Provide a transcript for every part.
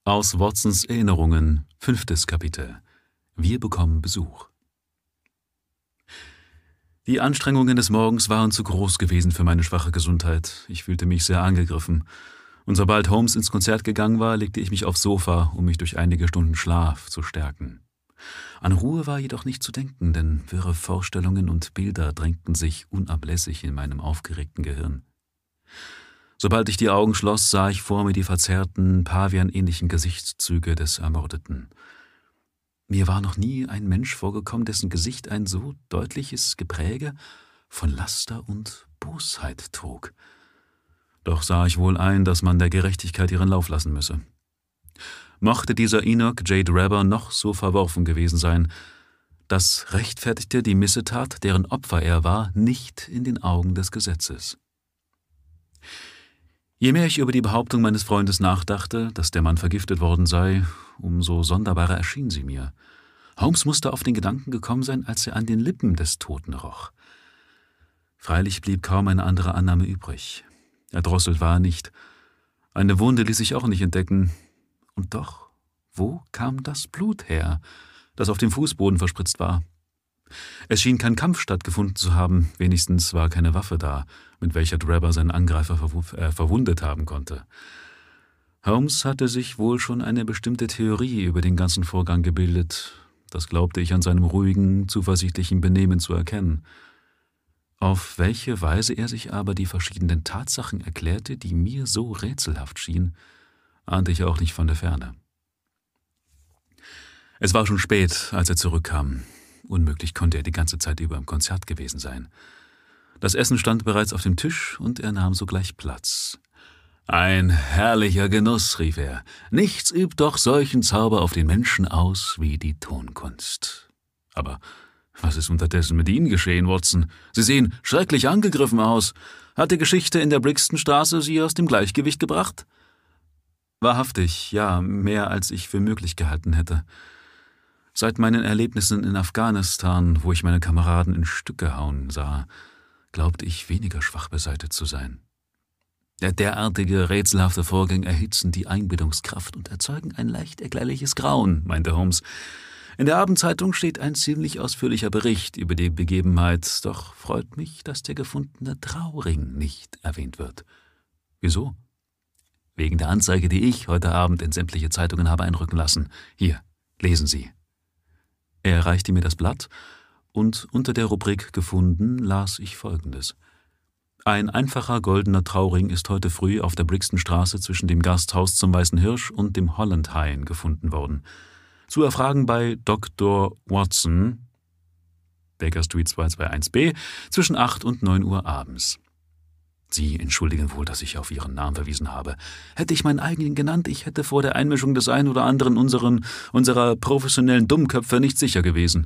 Aus Watsons Erinnerungen, 5. Kapitel. Wir bekommen Besuch. Die Anstrengungen des Morgens waren zu groß gewesen für meine schwache Gesundheit. Ich fühlte mich sehr angegriffen. Und sobald Holmes ins Konzert gegangen war, legte ich mich aufs Sofa, um mich durch einige Stunden Schlaf zu stärken. An Ruhe war jedoch nicht zu denken, denn wirre Vorstellungen und Bilder drängten sich unablässig in meinem aufgeregten Gehirn. Sobald ich die Augen schloss, sah ich vor mir die verzerrten, pavianähnlichen Gesichtszüge des Ermordeten. Mir war noch nie ein Mensch vorgekommen, dessen Gesicht ein so deutliches Gepräge von Laster und Bosheit trug. Doch sah ich wohl ein, dass man der Gerechtigkeit ihren Lauf lassen müsse. Mochte dieser Enoch J. Drebber noch so verworfen gewesen sein, das rechtfertigte die Missetat, deren Opfer er war, nicht in den Augen des Gesetzes. Je mehr ich über die Behauptung meines Freundes nachdachte, dass der Mann vergiftet worden sei, umso sonderbarer erschien sie mir. Holmes musste auf den Gedanken gekommen sein, als er an den Lippen des Toten roch. Freilich blieb kaum eine andere Annahme übrig. Erdrosselt war er nicht. Eine Wunde ließ sich auch nicht entdecken. Und doch, wo kam das Blut her, das auf dem Fußboden verspritzt war? Es schien kein Kampf stattgefunden zu haben, wenigstens war keine Waffe da, mit welcher Drebber seinen Angreifer verwundet haben konnte. Holmes hatte sich wohl schon eine bestimmte Theorie über den ganzen Vorgang gebildet. Das glaubte ich an seinem ruhigen, zuversichtlichen Benehmen zu erkennen. Auf welche Weise er sich aber die verschiedenen Tatsachen erklärte, die mir so rätselhaft schienen, ahnte ich auch nicht von der Ferne. Es war schon spät, als er zurückkam. Unmöglich konnte er die ganze Zeit über im Konzert gewesen sein. Das Essen stand bereits auf dem Tisch und er nahm sogleich Platz. »Ein herrlicher Genuss«, rief er. »Nichts übt doch solchen Zauber auf den Menschen aus wie die Tonkunst.« »Aber was ist unterdessen mit Ihnen geschehen, Watson? Sie sehen schrecklich angegriffen aus. Hat die Geschichte in der Brixtonstraße Sie aus dem Gleichgewicht gebracht?« »Wahrhaftig, ja, mehr als ich für möglich gehalten hätte. Seit meinen Erlebnissen in Afghanistan, wo ich meine Kameraden in Stücke hauen sah, glaubte ich weniger schwach beseitigt zu sein. Derartige rätselhafte Vorgänge erhitzen die Einbildungskraft und erzeugen ein leicht erklärliches Grauen«, meinte Holmes. »In der Abendzeitung steht ein ziemlich ausführlicher Bericht über die Begebenheit, doch freut mich, dass der gefundene Trauring nicht erwähnt wird.« »Wieso?« »Wegen der Anzeige, die ich heute Abend in sämtliche Zeitungen habe einrücken lassen. Hier, lesen Sie.« Er reichte mir das Blatt, und unter der Rubrik »Gefunden« las ich Folgendes. »Ein einfacher goldener Trauring ist heute früh auf der Brixtonstraße zwischen dem Gasthaus zum Weißen Hirsch und dem Holland Hain gefunden worden. Zu erfragen bei Dr. Watson, Baker Street 221b, zwischen 8 und 9 Uhr abends.« Sie entschuldigen wohl, dass ich auf Ihren Namen verwiesen habe. Hätte ich meinen eigenen genannt, ich hätte vor der Einmischung des einen oder anderen unserer professionellen Dummköpfe nicht sicher gewesen.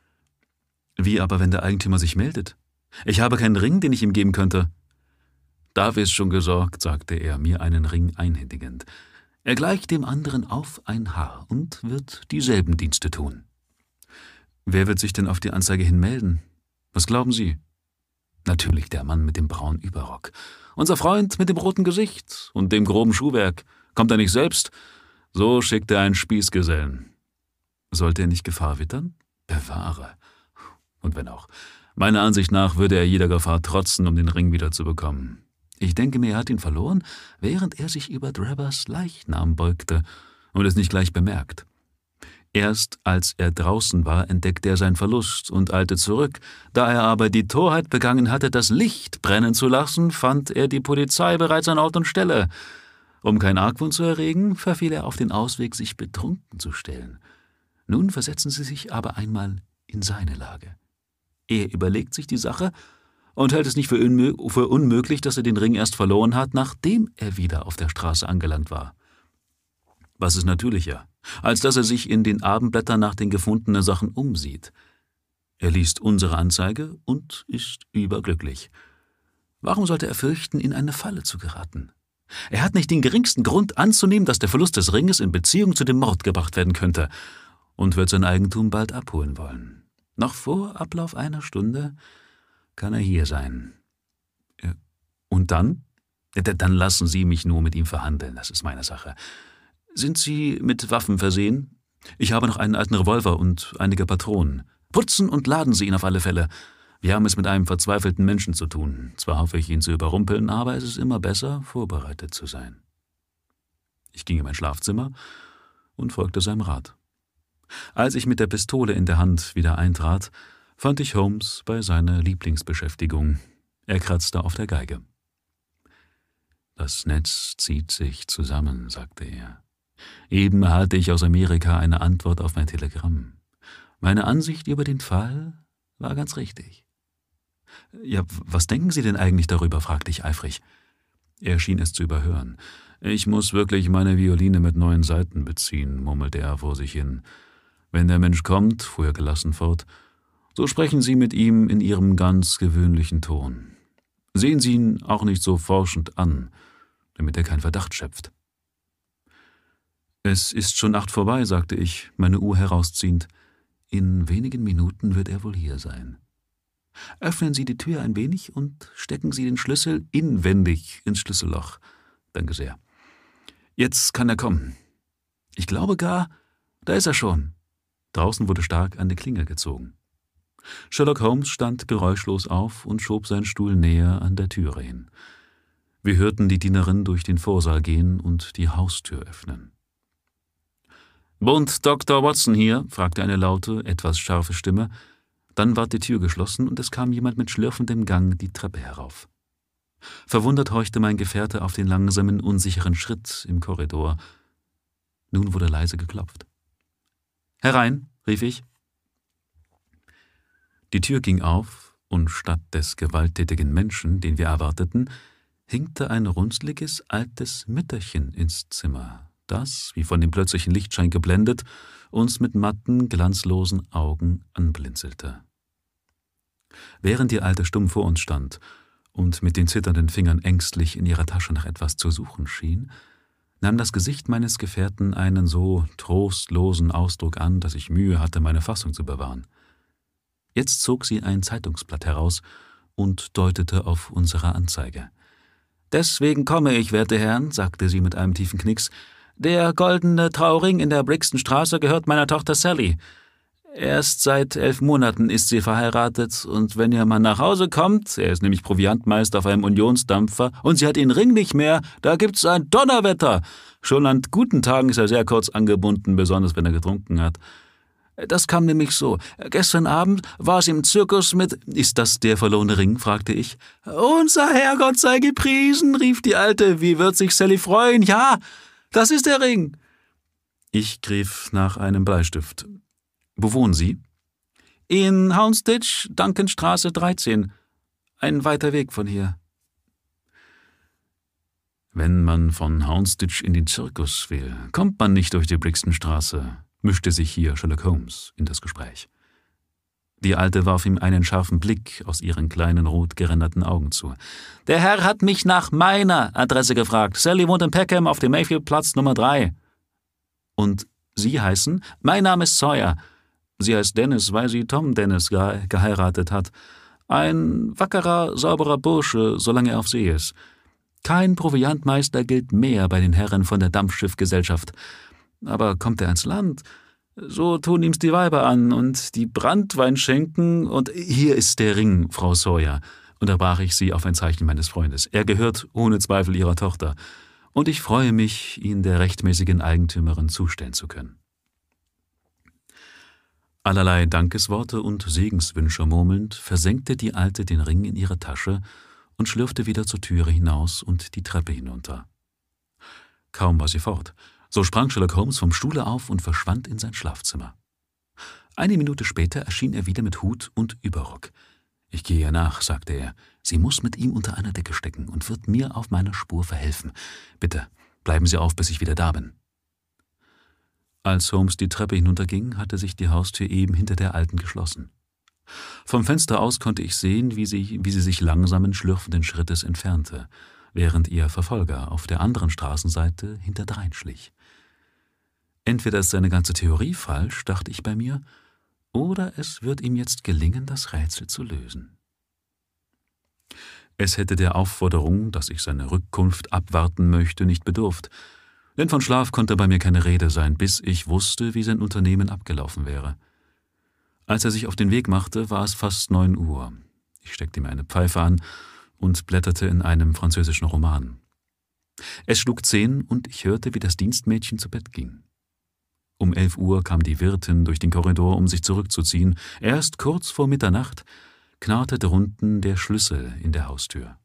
Wie aber, wenn der Eigentümer sich meldet? Ich habe keinen Ring, den ich ihm geben könnte. Dafür ist schon gesorgt, sagte er, mir einen Ring einhändigend. Er gleicht dem anderen auf ein Haar und wird dieselben Dienste tun. Wer wird sich denn auf die Anzeige hin melden? Was glauben Sie? Natürlich der Mann mit dem braunen Überrock. Unser Freund mit dem roten Gesicht und dem groben Schuhwerk. Kommt er nicht selbst? So schickt er einen Spießgesellen. Sollte er nicht Gefahr wittern? Bewahre. Und wenn auch. Meiner Ansicht nach würde er jeder Gefahr trotzen, um den Ring wiederzubekommen. Ich denke mir, er hat ihn verloren, während er sich über Drebbers Leichnam beugte und es nicht gleich bemerkt. Erst als er draußen war, entdeckte er seinen Verlust und eilte zurück. Da er aber die Torheit begangen hatte, das Licht brennen zu lassen, fand er die Polizei bereits an Ort und Stelle. Um keinen Argwohn zu erregen, verfiel er auf den Ausweg, sich betrunken zu stellen. Nun versetzen Sie sich aber einmal in seine Lage. Er überlegt sich die Sache und hält es nicht für unmöglich, dass er den Ring erst verloren hat, nachdem er wieder auf der Straße angelangt war. Was ist natürlicher, als dass er sich in den Abendblättern nach den gefundenen Sachen umsieht? Er liest unsere Anzeige und ist überglücklich. Warum sollte er fürchten, in eine Falle zu geraten? Er hat nicht den geringsten Grund anzunehmen, dass der Verlust des Ringes in Beziehung zu dem Mord gebracht werden könnte und wird sein Eigentum bald abholen wollen. Noch vor Ablauf einer Stunde kann er hier sein. Und dann? Dann lassen Sie mich nur mit ihm verhandeln, das ist meine Sache. »Sind Sie mit Waffen versehen? Ich habe noch einen alten Revolver und einige Patronen. Putzen und laden Sie ihn auf alle Fälle. Wir haben es mit einem verzweifelten Menschen zu tun. Zwar hoffe ich, ihn zu überrumpeln, aber es ist immer besser, vorbereitet zu sein.« Ich ging in mein Schlafzimmer und folgte seinem Rat. Als ich mit der Pistole in der Hand wieder eintrat, fand ich Holmes bei seiner Lieblingsbeschäftigung. Er kratzte auf der Geige. »Das Netz zieht sich zusammen«, sagte er. »Eben erhalte ich aus Amerika eine Antwort auf mein Telegramm. Meine Ansicht über den Fall war ganz richtig.« »Ja, was denken Sie denn eigentlich darüber?« fragte ich eifrig. Er schien es zu überhören. »Ich muss wirklich meine Violine mit neuen Saiten beziehen«, murmelte er vor sich hin. »Wenn der Mensch kommt«, fuhr er gelassen fort, »so sprechen Sie mit ihm in Ihrem ganz gewöhnlichen Ton. Sehen Sie ihn auch nicht so forschend an, damit er keinen Verdacht schöpft.« »Es ist schon 8 vorbei«, sagte ich, meine Uhr herausziehend. »In wenigen Minuten wird er wohl hier sein. Öffnen Sie die Tür ein wenig und stecken Sie den Schlüssel inwendig ins Schlüsselloch. Danke sehr. Jetzt kann er kommen. Ich glaube gar, da ist er schon.« Draußen wurde stark an die Klingel gezogen. Sherlock Holmes stand geräuschlos auf und schob seinen Stuhl näher an der Türe hin. Wir hörten die Dienerin durch den Vorsaal gehen und die Haustür öffnen. »Wohnt Dr. Watson hier?« fragte eine laute, etwas scharfe Stimme. Dann ward die Tür geschlossen und es kam jemand mit schlürfendem Gang die Treppe herauf. Verwundert horchte mein Gefährte auf den langsamen, unsicheren Schritt im Korridor. Nun wurde leise geklopft. »Herein«, rief ich. Die Tür ging auf, und statt des gewalttätigen Menschen, den wir erwarteten, hinkte ein runzliges, altes Mütterchen ins Zimmer, das, wie von dem plötzlichen Lichtschein geblendet, uns mit matten, glanzlosen Augen anblinzelte. Während die Alte stumm vor uns stand und mit den zitternden Fingern ängstlich in ihrer Tasche nach etwas zu suchen schien, nahm das Gesicht meines Gefährten einen so trostlosen Ausdruck an, dass ich Mühe hatte, meine Fassung zu bewahren. Jetzt zog sie ein Zeitungsblatt heraus und deutete auf unsere Anzeige. »Deswegen komme ich, werte Herren«, sagte sie mit einem tiefen Knicks. »Der goldene Trauring in der Brixtonstraße gehört meiner Tochter Sally. Erst seit 11 Monaten ist sie verheiratet, und wenn ihr Mann nach Hause kommt, er ist nämlich Proviantmeister auf einem Unionsdampfer, und sie hat den Ring nicht mehr, da gibt's ein Donnerwetter. Schon an guten Tagen ist er sehr kurz angebunden, besonders wenn er getrunken hat. Das kam nämlich so. Gestern Abend war sie im Zirkus mit... »Ist das der verlorene Ring?« fragte ich. »Unser Herrgott sei gepriesen«, rief die Alte. »Wie wird sich Sally freuen? Ja, das ist der Ring.« Ich griff nach einem Bleistift. »Wo wohnen Sie?« »In Houndsditch, Duncanstraße 13. Ein weiter Weg von hier.« »Wenn man von Houndsditch in den Zirkus will, kommt man nicht durch die Brixtonstraße«, mischte sich hier Sherlock Holmes in das Gespräch. Die Alte warf ihm einen scharfen Blick aus ihren kleinen, rot geränderten Augen zu. »Der Herr hat mich nach meiner Adresse gefragt. Sally wohnt in Peckham auf dem Mayfield-Platz Nummer 3. »Und Sie heißen?« »Mein Name ist Sawyer. Sie heißt Dennis, weil sie Tom Dennis geheiratet hat. Ein wackerer, sauberer Bursche, solange er auf See ist. Kein Proviantmeister gilt mehr bei den Herren von der Dampfschiffgesellschaft. Aber kommt er ans Land, so tun ihm's die Weiber an und die Branntwein schenken, und hier ist der Ring, Frau Sawyer«, unterbrach ich sie auf ein Zeichen meines Freundes. »Er gehört ohne Zweifel Ihrer Tochter, und ich freue mich, ihn der rechtmäßigen Eigentümerin zustellen zu können.« Allerlei Dankesworte und Segenswünsche murmelnd, versenkte die Alte den Ring in ihre Tasche und schlürfte wieder zur Türe hinaus und die Treppe hinunter. Kaum war sie fort. So sprang Sherlock Holmes vom Stuhle auf und verschwand in sein Schlafzimmer. Eine Minute später erschien er wieder mit Hut und Überrock. »Ich gehe ihr nach«, sagte er. »Sie muss mit ihm unter einer Decke stecken und wird mir auf meiner Spur verhelfen. Bitte, bleiben Sie auf, bis ich wieder da bin.« Als Holmes die Treppe hinunterging, hatte sich die Haustür eben hinter der Alten geschlossen. Vom Fenster aus konnte ich sehen, wie sie sich langsamen, schlürfenden Schrittes entfernte, während ihr Verfolger auf der anderen Straßenseite hinterdrein schlich. Entweder ist seine ganze Theorie falsch, dachte ich bei mir, oder es wird ihm jetzt gelingen, das Rätsel zu lösen. Es hätte der Aufforderung, dass ich seine Rückkunft abwarten möchte, nicht bedurft. Denn von Schlaf konnte bei mir keine Rede sein, bis ich wusste, wie sein Unternehmen abgelaufen wäre. Als er sich auf den Weg machte, war es fast 9 Uhr. Ich steckte mir eine Pfeife an und blätterte in einem französischen Roman. Es schlug 10 und ich hörte, wie das Dienstmädchen zu Bett ging. Um 11 Uhr kam die Wirtin durch den Korridor, um sich zurückzuziehen. Erst kurz vor Mitternacht knarrte drunten der Schlüssel in der Haustür.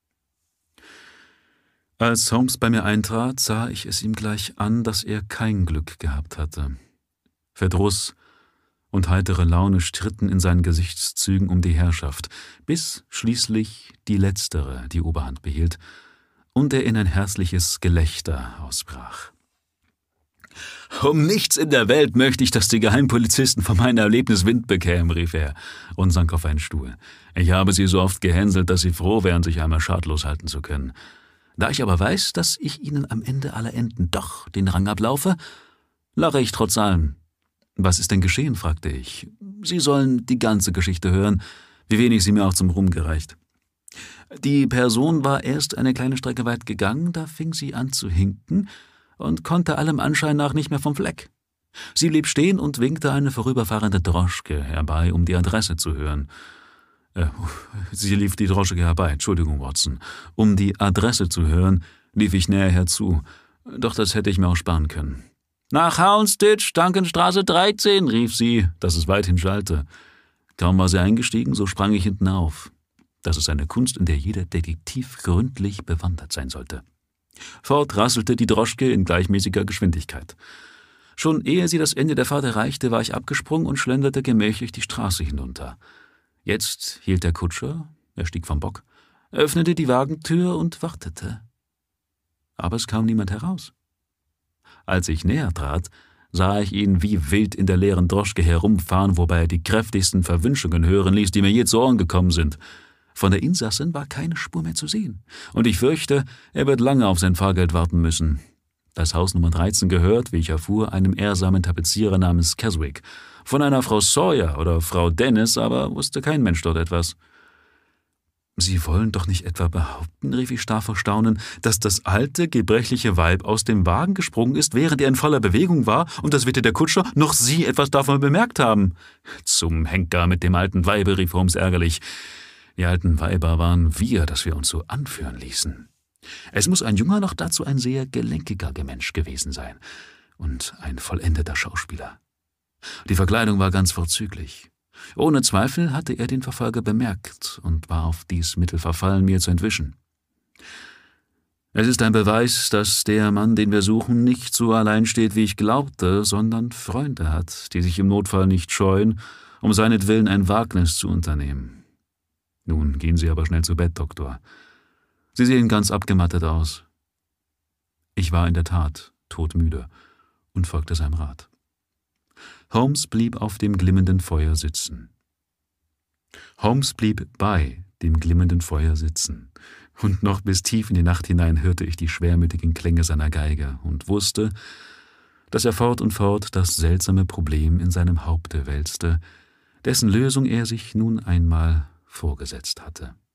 Als Holmes bei mir eintrat, sah ich es ihm gleich an, dass er kein Glück gehabt hatte. Verdruss und heitere Laune stritten in seinen Gesichtszügen um die Herrschaft, bis schließlich die letztere die Oberhand behielt und er in ein herzliches Gelächter ausbrach. »Um nichts in der Welt möchte ich, dass die Geheimpolizisten von meinem Erlebnis Wind bekämen«, rief er und sank auf einen Stuhl. »Ich habe sie so oft gehänselt, dass sie froh wären, sich einmal schadlos halten zu können. Da ich aber weiß, dass ich ihnen am Ende aller Enden doch den Rang ablaufe, lache ich trotz allem.« »Was ist denn geschehen?« fragte ich. »Sie sollen die ganze Geschichte hören, wie wenig sie mir auch zum Ruhm gereicht. Die Person war erst eine kleine Strecke weit gegangen, da fing sie an zu hinken und konnte allem Anschein nach nicht mehr vom Fleck. Sie blieb stehen und winkte eine vorüberfahrende Droschke herbei, um die Adresse zu hören. Sie lief die Droschke herbei, Entschuldigung, Watson. Um die Adresse zu hören, lief ich näher herzu, doch das hätte ich mir auch sparen können. »Nach Houndsditch, Duncanstraße 13«, rief sie, dass es weithin schallte. Kaum war sie eingestiegen, so sprang ich hinten auf. Das ist eine Kunst, in der jeder Detektiv gründlich bewandert sein sollte. Fort rasselte die Droschke in gleichmäßiger Geschwindigkeit. Schon ehe sie das Ende der Fahrt erreichte, war ich abgesprungen und schlenderte gemächlich die Straße hinunter. Jetzt hielt der Kutscher, er stieg vom Bock, öffnete die Wagentür und wartete. Aber es kam niemand heraus. Als ich näher trat, sah ich ihn wie wild in der leeren Droschke herumfahren, wobei er die kräftigsten Verwünschungen hören ließ, die mir je zu Ohren gekommen sind. Von der Insassin war keine Spur mehr zu sehen, und ich fürchte, er wird lange auf sein Fahrgeld warten müssen. Das Haus Nummer 13 gehört, wie ich erfuhr, einem ehrsamen Tapezierer namens Keswick. Von einer Frau Sawyer oder Frau Dennis aber wusste kein Mensch dort etwas. »Sie wollen doch nicht etwa behaupten«, rief ich starr vor Staunen, »dass das alte, gebrechliche Weib aus dem Wagen gesprungen ist, während er in voller Bewegung war, und dass weder der Kutscher noch Sie etwas davon bemerkt haben?« »Zum Henker mit dem alten Weibe«, rief Holmes ärgerlich. »Die alten Weiber waren wir, dass wir uns so anführen ließen. Es muss ein junger, noch dazu ein sehr gelenkiger Mensch gewesen sein und ein vollendeter Schauspieler. Die Verkleidung war ganz vorzüglich. Ohne Zweifel hatte er den Verfolger bemerkt und war auf dies Mittel verfallen, mir zu entwischen. Es ist ein Beweis, dass der Mann, den wir suchen, nicht so allein steht, wie ich glaubte, sondern Freunde hat, die sich im Notfall nicht scheuen, um seinetwillen ein Wagnis zu unternehmen. Nun gehen Sie aber schnell zu Bett, Doktor. Sie sehen ganz abgemattet aus.« Ich war in der Tat todmüde und folgte seinem Rat. Holmes blieb auf dem glimmenden Feuer sitzen. Holmes blieb bei dem glimmenden Feuer sitzen, und noch bis tief in die Nacht hinein hörte ich die schwermütigen Klänge seiner Geige und wusste, dass er fort und fort das seltsame Problem in seinem Haupte wälzte, dessen Lösung er sich nun einmal vorgesetzt hatte.